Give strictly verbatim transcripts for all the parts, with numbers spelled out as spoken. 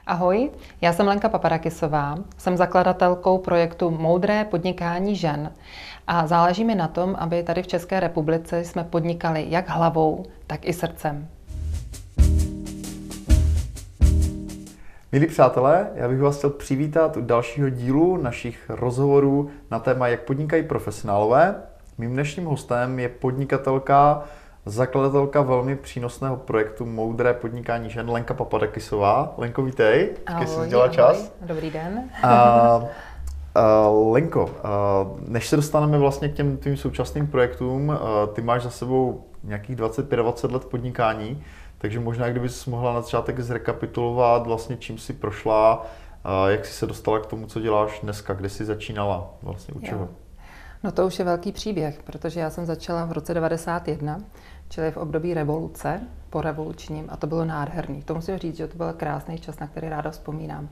Ahoj, já jsem Lenka Papadakisová, jsem zakladatelkou projektu Moudré podnikání žen a záleží mi na tom, aby tady v České republice jsme podnikali jak hlavou, tak i srdcem. Milí přátelé, já bych vás chtěl přivítat u dalšího dílu našich rozhovorů na téma, jak podnikají profesionálové. Mým dnešním hostem je podnikatelka, zakladatelka velmi přínosného projektu Moudré podnikání žen, Lenka Papadakisová. Lenko, vítej. Ahoj, jsi dělala čas. Dobrý den. A, a, Lenko, a, než se dostaneme vlastně k těm tvým současným projektům, a, ty máš za sebou nějakých dvacet pět dvacet let podnikání, takže možná, kdybys mohla na začátek zrekapitulovat vlastně, čím jsi prošla, a jak jsi se dostala k tomu, co děláš dneska, kde jsi začínala, vlastně u čeho? Jo. No to už je velký příběh, protože já jsem začala v roce devadesát jedna, čili v období revoluce, po revolučním, a to bylo nádherný. To musím říct, že to byl krásný čas, na který ráda vzpomínám.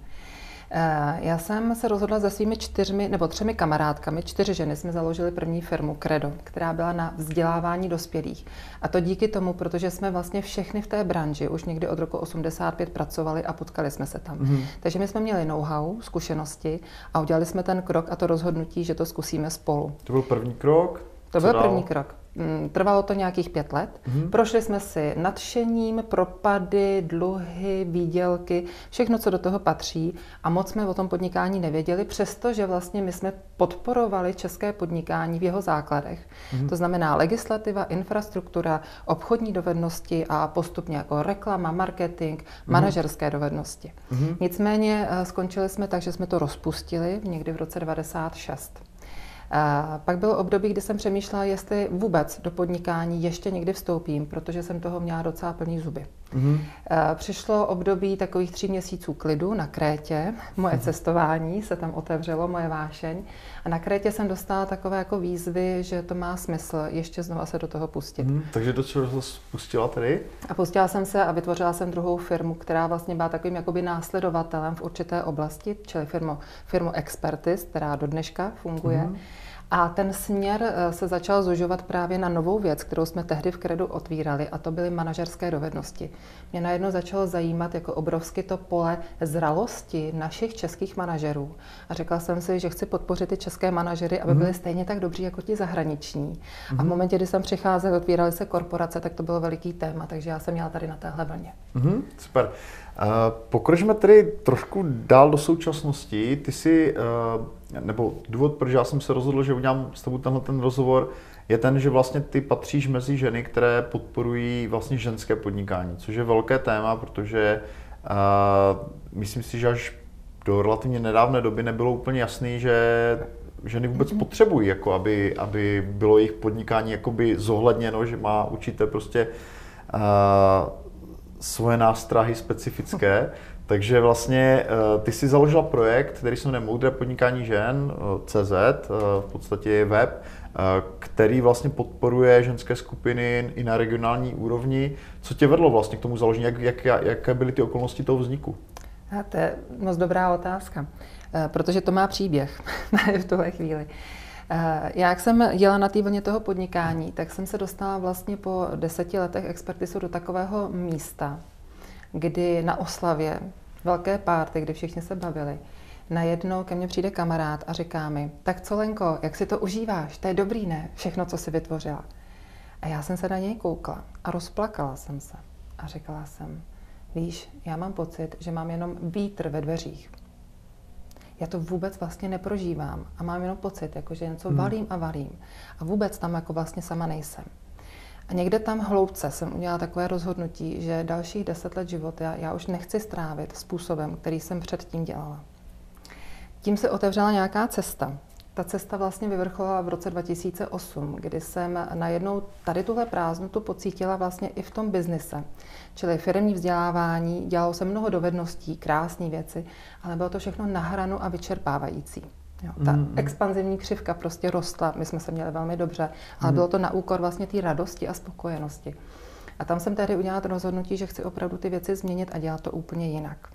Já jsem se rozhodla se svými čtyřmi nebo třemi kamarádkami, čtyři ženy, jsme založili první firmu Credo, která byla na vzdělávání dospělých. A to díky tomu, protože jsme vlastně všechny v té branži už někdy od roku osmdesát pět pracovali a potkali jsme se tam. Mm. Takže my jsme měli know-how, zkušenosti a udělali jsme ten krok a to rozhodnutí, že to zkusíme spolu. To byl první krok? To byl první krok. Trvalo to nějakých pět let. Mm-hmm. Prošli jsme si nadšením, propady, dluhy, výdělky, všechno, co do toho patří a moc jsme o tom podnikání nevěděli, přestože vlastně my jsme podporovali české podnikání v jeho základech. Mm-hmm. To znamená legislativa, infrastruktura, obchodní dovednosti a postupně jako reklama, marketing, mm-hmm. manažerské dovednosti. Mm-hmm. Nicméně skončili jsme tak, že jsme to rozpustili někdy v roce devadesát šest. A pak bylo období, kdy jsem přemýšlela, jestli vůbec do podnikání ještě někdy vstoupím, protože jsem toho měla docela plný zuby. Mm-hmm. Přišlo období takových tří měsíců klidu na Krétě, moje cestování se tam otevřelo, moje vášeň. A na Krétě jsem dostala takové jako výzvy, že to má smysl ještě znova se do toho pustit. Mm-hmm. Takže do čeho jsi pustila tedy? A pustila jsem se a vytvořila jsem druhou firmu, která vlastně byla takovým jakoby následovatelem v určité oblasti, čili firmu, firmu Expertis, která do dneška funguje. Mm-hmm. A ten směr se začal zužovat právě na novou věc, kterou jsme tehdy v Credu otvírali, a to byly manažerské dovednosti. Mě najednou začalo zajímat jako obrovsky to pole zralosti našich českých manažerů. A řekla jsem si, že chci podpořit ty české manažery, aby byli stejně tak dobří jako ti zahraniční. Mm-hmm. A v momentě, kdy jsem přicházela, otvíraly se korporace, tak to bylo veliký téma, takže já jsem měla tady na téhle vlně. Mm-hmm, super. Uh, pokročme tedy trošku dál do současnosti. Ty jsi, uh, nebo důvod, proč já jsem se rozhodl, že udělám s tebou tenhle ten rozhovor, je ten, že vlastně ty patříš mezi ženy, které podporují vlastně ženské podnikání, což je velké téma, protože uh, myslím si, že až do relativně nedávné doby nebylo úplně jasný, že ženy vůbec potřebují, jako aby, aby bylo jejich podnikání jakoby zohledněno, že má určité prostě uh, svoje nástrahy specifické. Takže vlastně ty si založila projekt, který se jmenuje Moudré podnikání žen, C Z, v podstatě je web, který vlastně podporuje ženské skupiny i na regionální úrovni. Co tě vedlo vlastně k tomu založení? Jak, jak, jaké byly ty okolnosti toho vzniku? A to je moc dobrá otázka, protože to má příběh v tuhle chvíli. Já, jak jsem jela na té vlně toho podnikání, tak jsem se dostala vlastně po deseti letech Expertisu do takového místa, kdy na oslavě, velké párty, kdy všichni se bavili, najednou ke mně přijde kamarád a říká mi, tak co Lenko, jak si to užíváš, to je dobrý, ne, všechno, co jsi vytvořila. A já jsem se na něj koukla a rozplakala jsem se a říkala jsem, víš, já mám pocit, že mám jenom vítr ve dveřích. Já to vůbec vlastně neprožívám a mám jenom pocit, jako, že něco valím a valím. A vůbec tam jako vlastně sama nejsem. A někde tam hloubce jsem udělala takové rozhodnutí, že dalších deset let života já už nechci strávit způsobem, který jsem předtím dělala. Tím se otevřela nějaká cesta. Ta cesta vlastně vyvrcholila v roce dva tisíce osm, kdy jsem najednou tady tuhle prázdnotu pocítila vlastně i v tom biznise. Čili firemní vzdělávání, dělalo se mnoho dovedností, krásné věci, ale bylo to všechno na hranu a vyčerpávající. Jo, ta mm. expanzivní křivka prostě rostla, my jsme se měli velmi dobře, ale mm. bylo to na úkor vlastně té radosti a spokojenosti. A tam jsem tehdy udělala to rozhodnutí, že chci opravdu ty věci změnit a dělat to úplně jinak.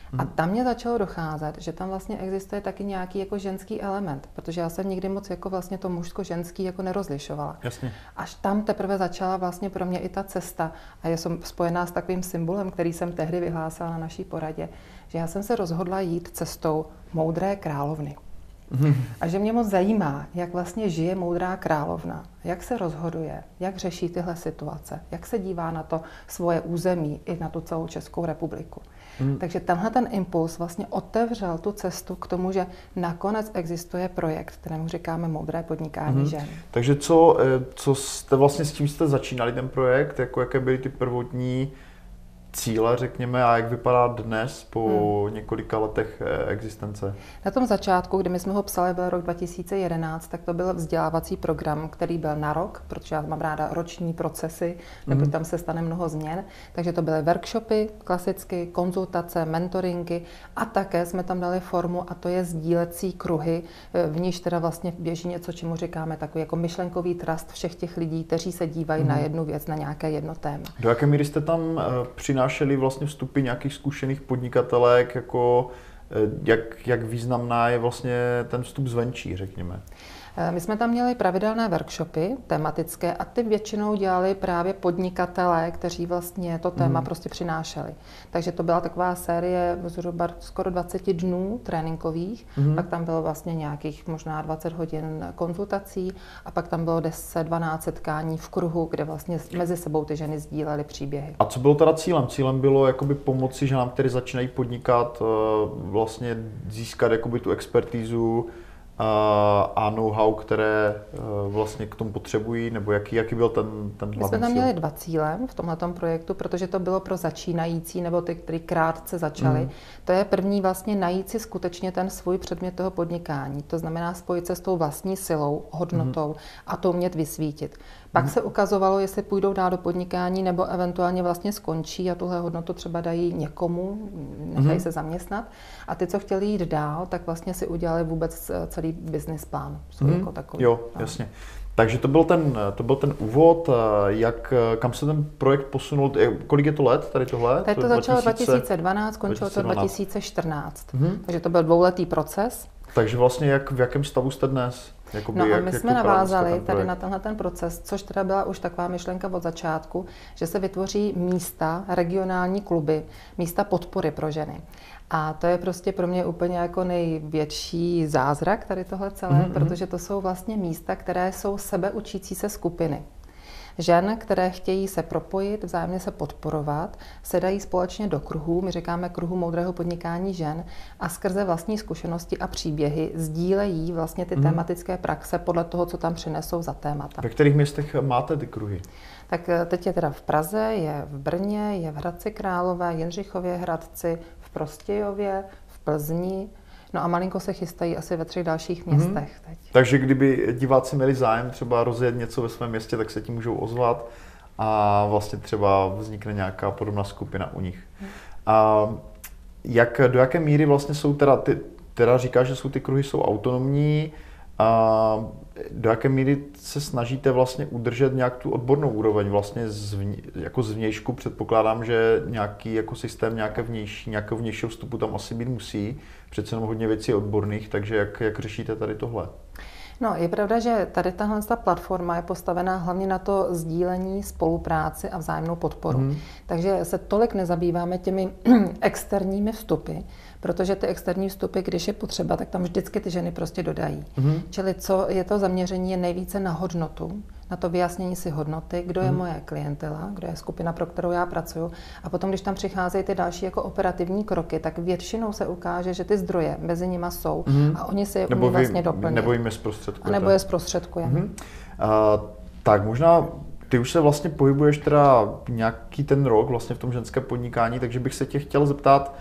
A tam mě začalo docházet, že tam vlastně existuje taky nějaký jako ženský element, protože já jsem nikdy moc jako vlastně to mužsko-ženský jako nerozlišovala. Jasně. Až tam teprve začala vlastně pro mě i ta cesta a je jsem spojená s takovým symbolem, který jsem tehdy vyhlásila na naší poradě, že já jsem se rozhodla jít cestou moudré královny. A že mě moc zajímá, jak vlastně žije moudrá královna, jak se rozhoduje, jak řeší tyhle situace, jak se dívá na to svoje území i na tu celou Českou republiku. Hmm. Takže tenhle ten impuls vlastně otevřel tu cestu k tomu, že nakonec existuje projekt, kterému říkáme Moudré podnikání hmm. žen. Takže co, co jste vlastně, s čím jste začínali ten projekt, jako jaké byly ty prvotní cíle, řekněme, a jak vypadá dnes po hmm. několika letech existence? Na tom začátku, kdy my jsme ho psali, byl rok dva tisíce jedenáct, tak to byl vzdělávací program, který byl na rok, protože já mám ráda roční procesy, nebo hmm. tam se stane mnoho změn. Takže to byly workshopy, klasicky, konzultace, mentoringy a také jsme tam dali formu, a to je sdílecí kruhy, v níž teda vlastně běží něco, čemu říkáme takový jako myšlenkový trust všech těch lidí, kteří se dívají hmm. na jednu věc, na nějaké jedno téma. Do jaké míry jste tam uh, přinášeli vlastně vstupy nějakých zkušených podnikatelek, jako jak, jak významná je vlastně ten vstup zvenčí, řekněme? My jsme tam měli pravidelné workshopy tematické a ty většinou dělali právě podnikatelé, kteří vlastně to téma mm. prostě přinášeli. Takže to byla taková série zhruba skoro dvacet dnů tréninkových, mm. pak tam bylo vlastně nějakých možná dvacet hodin konzultací a pak tam bylo deset dvanáct setkání v kruhu, kde vlastně mezi sebou ty ženy sdílely příběhy. A co bylo teda cílem? Cílem bylo jakoby pomoci ženám, které začínají podnikat, vlastně získat jakoby tu expertízu a know-how, které vlastně k tomu potřebují, nebo jaký, jaký byl ten, ten hlavní cíl? My jsme tam měli dva cíle v tomhletom projektu, protože to bylo pro začínající, nebo ty, kteří krátce začali. Mm. To je první vlastně najít si skutečně ten svůj předmět toho podnikání. To znamená spojit se s tou vlastní silou, hodnotou mm. a to umět vysvítit. Pak mm. se ukazovalo, jestli půjdou dál do podnikání, nebo eventuálně vlastně skončí a tuhle hodnotu třeba dají někomu, nechají mm. se zaměstnat. A ty, co chtěli jít dál, tak vlastně si udělali vůbec celý business plán. Mm. Jako takový. Jo, no. Jasně. Takže to byl ten, to byl ten úvod, jak, kam se ten projekt posunul, kolik je to let tady tohle? Tady to začalo dva tisíce dvanáct, skončilo to dva tisíce čtrnáct, mm-hmm. takže to byl dvouletý proces. Takže vlastně jak, v jakém stavu jste dnes? Jakoby, no a my jak, jsme jak navázali tady na tenhle ten proces, což teda byla už taková myšlenka od začátku, že se vytvoří místa, regionální kluby, místa podpory pro ženy. A to je prostě pro mě úplně jako největší zázrak tady tohle celé, mm-hmm. protože to jsou vlastně místa, které jsou sebeučící se skupiny. Žen, které chtějí se propojit, vzájemně se podporovat, se dají společně do kruhů, my říkáme kruhu moudrého podnikání žen, a skrze vlastní zkušenosti a příběhy sdílejí vlastně ty mm. tematické praxe podle toho, co tam přinesou za témata. Ve kterých městech máte ty kruhy? Tak teď je teda v Praze, je v Brně, je v Hradci Králové, Jindřichově Hradci, v Prostějově, v Plzni. No a malinko se chystají asi ve třech dalších městech mm. teď. Takže kdyby diváci měli zájem třeba rozjet něco ve svém městě, tak se tím můžou ozvat a vlastně třeba vznikne nějaká podobná skupina u nich. Mm. A jak, do jaké míry vlastně jsou teda, ty, teda říkáš, že jsou ty kruhy jsou autonomní, a do jaké míry se snažíte vlastně udržet nějak tu odbornou úroveň vlastně zvně, jako zvnějšku? Předpokládám, že nějaký jako systém nějaké vnější, nějakého vnějšího vstupu tam asi být musí. Přece jenom hodně věcí odborných, takže jak, jak řešíte tady tohle? No, je pravda, že tady tahle ta platforma je postavená hlavně na to sdílení, spolupráci a vzájemnou podporu. Mm. Takže se tolik nezabýváme těmi externími vstupy, protože ty externí vstupy, když je potřeba, tak tam vždycky ty ženy prostě dodají. Mm. Čili co je to zaměření je nejvíce na hodnotu, na to vyjasnění si hodnoty, kdo je mm. moje klientela, kdo je skupina, pro kterou já pracuji. A potom, když tam přicházejí ty další jako operativní kroky, tak většinou se ukáže, že ty zdroje mezi nima jsou mm. a oni si je umí vlastně doplnit. Nebo jim je zprostředkujete. A nebo je zprostředkujeme. Mm. Uh, tak možná ty už se vlastně pohybuješ teda nějaký ten rok vlastně v tom ženském podnikání, takže bych se tě chtěl zeptat,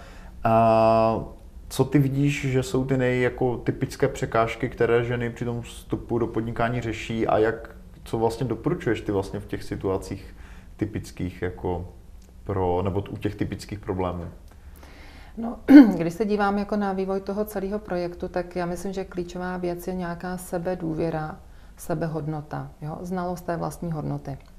uh, co ty vidíš, že jsou ty nej jako typické překážky, které ženy při tom vstupu do podnikání řeší a jak, co vlastně doporučuješ ty vlastně v těch situacích typických jako pro, nebo u těch typických problémů? No, když se dívám jako na vývoj toho celého projektu, tak já myslím, že klíčová věc je nějaká sebedůvěra, sebehodnota, jo? Znalost té vlastní hodnoty.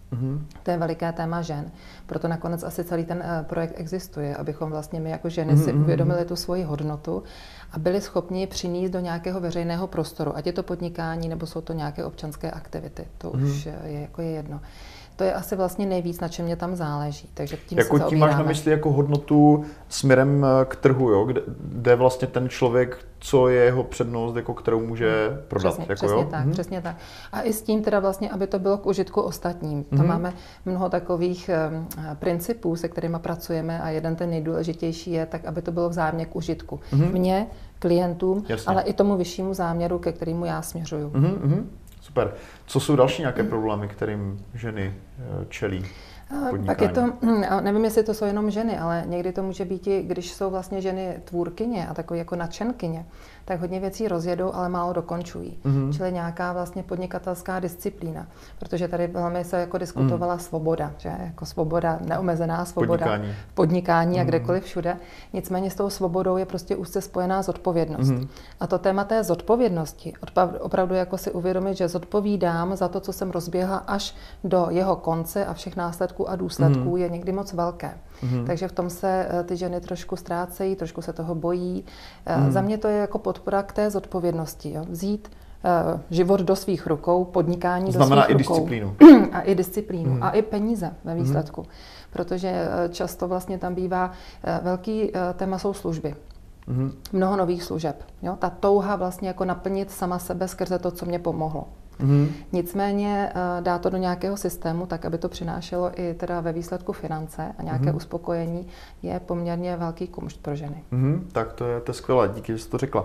Mm-hmm. To je veliké téma žen. Proto nakonec asi celý ten projekt existuje, abychom vlastně my jako ženy mm-hmm. si uvědomili tu svoji hodnotu a byli schopni přinést do nějakého veřejného prostoru, ať je to podnikání, nebo jsou to nějaké občanské aktivity. To mm-hmm. už je, jako je jedno. To je asi vlastně nejvíc, na čem mě tam záleží. Takže tím jako se tím máš na mysli jako hodnotu směrem k trhu, jo? Kde, kde vlastně ten člověk, co je jeho přednost, jako kterou může prodat. Přesně, jako, přesně jo? tak, mm-hmm. přesně tak. A i s tím teda vlastně, aby to bylo k užitku ostatním. Mm-hmm. Tam máme mnoho takových um, principů, se kterými pracujeme a jeden ten nejdůležitější je tak, aby to bylo vzájemně k užitku. Mm-hmm. Mně, klientům, jasně. ale i tomu vyššímu záměru, ke kterému já směřuju. Mm-hmm. Super. Co jsou další nějaké problémy, kterým ženy čelí? Podnikání. Pak je to, nevím, jestli to jsou jenom ženy, ale někdy to může být i, když jsou vlastně ženy tvůrkyně a takové jako nadšenkyně, tak hodně věcí rozjedou, ale málo dokončují. Mm-hmm. Čili nějaká vlastně podnikatelská disciplína. Protože tady velmi se jako diskutovala mm. svoboda, že? Jako svoboda, neomezená svoboda. Podnikání. Podnikání mm. a kdekoliv všude. Nicméně s tou svobodou je prostě úzce spojená zodpovědnost. Mm. A to téma té zodpovědnosti, opravdu jako si uvědomit, že zodpovídám za to, co jsem rozběhla až do jeho konce a všech následků a důsledků, mm. je někdy moc velké. Mm. Takže v tom se ty ženy trošku ztrácejí, trošku se toho bojí. Mm. Za mě to je jako podpora k té zodpovědnosti. Jo? Vzít uh, život do svých rukou, podnikání znamená do svých rukou. Znamená i disciplínu. A i disciplínu. Mm. A i peníze ve výsledku. Mm. Protože často vlastně tam bývá uh, velký uh, téma jsou služby. Mm. Mnoho nových služeb. Jo? Ta touha vlastně jako naplnit sama sebe skrze to, co mě pomohlo. Mm-hmm. Nicméně dá to do nějakého systému, tak aby to přinášelo i teda ve výsledku finance a nějaké mm-hmm. uspokojení, je poměrně velký kumšt pro ženy. Mm-hmm. Tak to je, to je skvělé, díky, že jsi to řekla.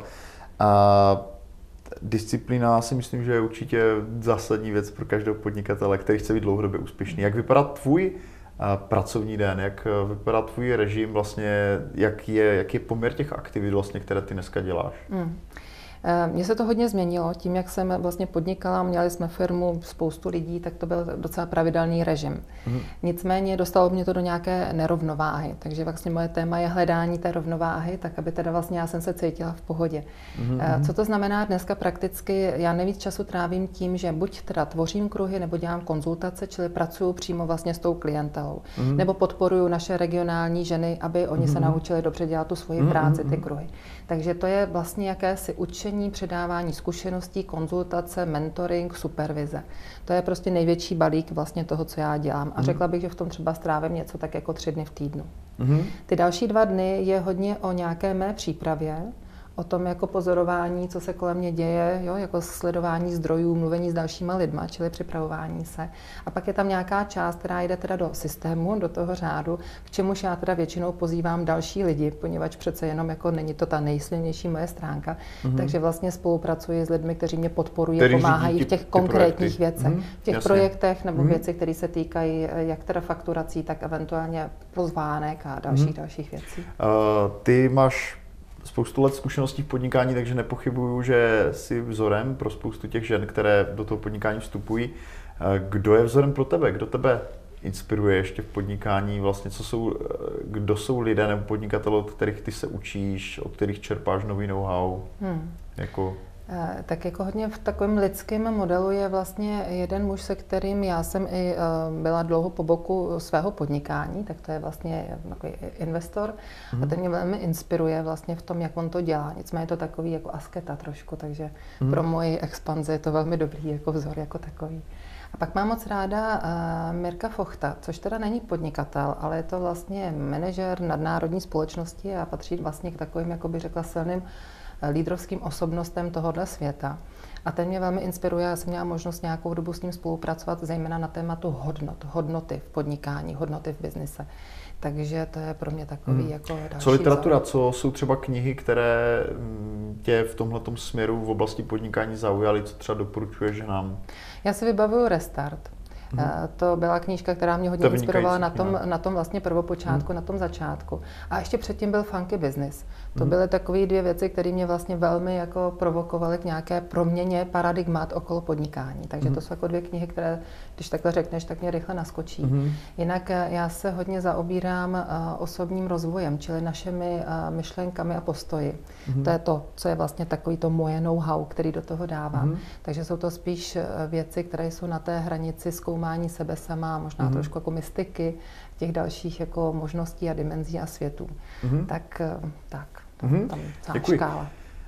A disciplína si myslím, že je určitě zásadní věc pro každého podnikatele, který chce být dlouhodobě úspěšný. Jak vypadá tvůj pracovní den, jak vypadá tvůj režim, vlastně, jak je, jak je poměr těch aktivit, vlastně, které ty dneska děláš? Mm. Mně se to hodně změnilo, tím, jak jsem vlastně podnikala, měli jsme firmu, spoustu lidí, tak to byl docela pravidelný režim. Mm. Nicméně dostalo mě to do nějaké nerovnováhy, takže vlastně moje téma je hledání té rovnováhy, tak aby teda vlastně já jsem se cítila v pohodě. Mm. Co to znamená dneska prakticky? Já nejvíc času trávím tím, že buď teda tvořím kruhy, nebo dělám konzultace, čili pracuju přímo vlastně s tou klientelou, mm. nebo podporuju naše regionální ženy, aby oni mm. se naučili dobře dělat tu svoji mm. práci, ty kruhy. Takže to je vlastně jakési učení, předávání zkušeností, konzultace, mentoring, supervize. To je prostě největší balík vlastně toho, co já dělám. A řekla bych, že v tom třeba strávím něco tak jako tři dny v týdnu. Mm-hmm. Ty další dva dny je hodně o nějaké mé přípravě, o tom jako pozorování, co se kolem mě děje, jo, jako sledování zdrojů, mluvení s dalšíma lidma, čili připravování se. A pak je tam nějaká část, která jde teda do systému, do toho řádu, k čemuž já teda většinou pozývám další lidi, poněvadž přece jenom jako není to ta nejsilnější moje stránka, mm-hmm. takže vlastně spolupracuji s lidmi, kteří mě podporují, který pomáhají v těch ty, konkrétních ty věcech, mm-hmm. v těch Jasně. projektech nebo mm-hmm. věci, které se týkají jak teda fakturací, tak eventuálně pozvánek a dalších mm-hmm. dalších věcí. Uh, ty máš spoustu let zkušeností v podnikání, takže nepochybuju, že jsi vzorem pro spoustu těch žen, které do toho podnikání vstupují. Kdo je vzorem pro tebe? Kdo tebe inspiruje ještě v podnikání? Vlastně, co jsou, kdo jsou lidé nebo podnikatelé, od kterých ty se učíš, od kterých čerpáš nový know-how? Hmm. Jako... Tak jako hodně v takovém lidském modelu je vlastně jeden muž, se kterým já jsem i byla dlouho po boku svého podnikání, tak to je vlastně takový investor mm-hmm. a ten mě velmi inspiruje vlastně v tom, jak on to dělá. Nicméně je to takový jako asketa trošku, takže mm-hmm. pro moji expanzi je to velmi dobrý jako vzor jako takový. A pak mám moc ráda uh, Mirka Fochta, což teda není podnikatel, ale je to vlastně manažer nadnárodní společnosti a patří vlastně k takovým, jako bych řekla, silným lídrovským osobnostem tohohle světa. A ten mě velmi inspiruje, já jsem měla možnost nějakou dobu s ním spolupracovat, zejména na tématu hodnot, hodnoty v podnikání, hodnoty v biznise. Takže to je pro mě takový hmm. jako další Co literatura, vzor. Co jsou třeba knihy, které tě v tomhletom směru v oblasti podnikání zaujaly, co třeba doporučuješ ženám? Já si vybavuju Restart. Hmm. To byla knížka, která mě hodně inspirovala na tom, na tom vlastně prvopočátku, hmm. na tom začátku. A ještě předtím byl Funky Business. To hmm. byly takové dvě věci, které mě vlastně velmi jako provokovaly k nějaké proměně paradigmat okolo podnikání. Takže hmm. to jsou jako dvě knihy, které, když takhle řekneš, tak mě rychle naskočí. Hmm. Jinak já se hodně zaobírám osobním rozvojem, čili našimi myšlenkami a postoji. Hmm. To je to, co je vlastně takový to moje know-how, který do toho dávám. Hmm. Takže jsou to spíš věci, které jsou na té hranici zkoumání zkoumání sebe sama, možná mm-hmm. trošku jako mystiky, těch dalších jako možností a dimenzí a světů. Mm-hmm. Tak, tak, tam, mm-hmm. tam celá Děkuji. škála.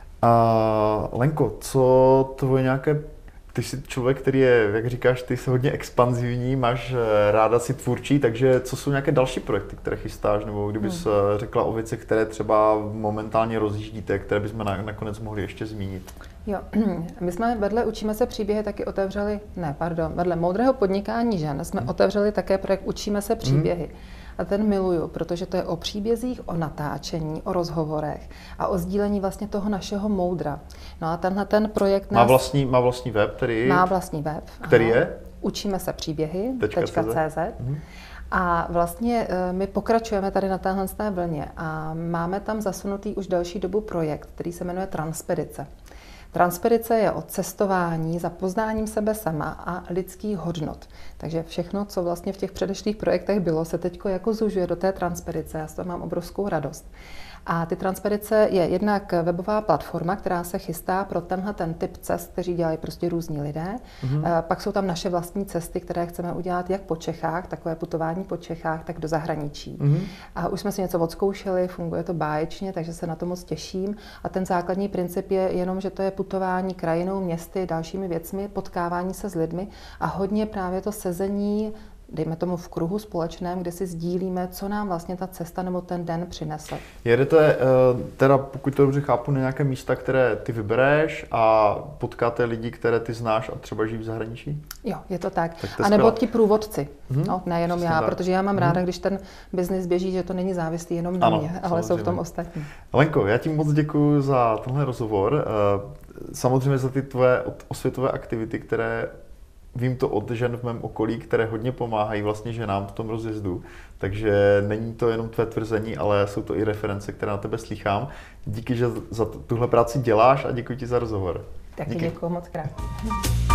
A Lenko, co tvoje nějaké, ty jsi člověk, který je, jak říkáš, ty jsi hodně expanzivní, máš ráda si tvůrčí, takže co jsou nějaké další projekty, které chystáš, nebo kdybys hmm. řekla o věcech, které třeba momentálně rozjíždíte, které bychom nakonec mohli ještě zmínit? Jo, my jsme vedle Učíme se příběhy taky otevřeli, ne, pardon, vedle Moudrého podnikání žen jsme hmm. otevřeli také projekt Učíme se příběhy. Hmm. A ten miluju, protože to je o příbězích, o natáčení, o rozhovorech a o sdílení vlastně toho našeho moudra. No a tenhle ten projekt nás... Má vlastní, má vlastní web, který... Má vlastní web. Který aha. je? Učíme se příběhy tečka cé zet. Mhm. A vlastně my pokračujeme tady na téhle vlně a máme tam zasunutý už delší dobu projekt, který se jmenuje Transpedice. Transpedice je o cestování za poznáním sebe sama a lidských hodnot. Takže všechno, co vlastně v těch předešlých projektech bylo, se teď jako zužuje do té Transpedice. Já z toho mám obrovskou radost. A ty Transpedice je jednak webová platforma, která se chystá pro tenhle ten typ cest, kteří dělají prostě různí lidé. Mm-hmm. Pak jsou tam naše vlastní cesty, které chceme udělat jak po Čechách, takové putování po Čechách, tak do zahraničí. Mm-hmm. A už jsme si něco odzkoušeli, funguje to báječně, takže se na to moc těším. A ten základní princip je jenom, že to je putování krajinou, městy, dalšími věcmi, potkávání se s lidmi a hodně právě to sezení, dejme tomu v kruhu společném, kde si sdílíme, co nám vlastně ta cesta nebo ten den přinesl. Jedete teda, pokud to dobře chápu, na nějaké místa, které ty vybereš a potkáte lidi, které ty znáš a třeba žijí v zahraničí? Jo, je to tak. tak to a nebo ti průvodci, hmm. no, nejenom já, tak. protože já mám hmm. ráda, když ten biznis běží, že to není závislý jenom na ano, mě, ale jsou v tom ostatní. Lenko, já ti moc děkuji za tenhle rozhovor. Samozřejmě za ty tvoje osvětové aktivity, které vím to od žen v mém okolí, které hodně pomáhají vlastně ženám v tom rozjezdu, takže není to jenom tvé tvrzení, ale jsou to i reference, které na tebe slýchám. Díky, že za tuhle práci děláš a děkuji ti za rozhovor. Taky děkuji moc krát.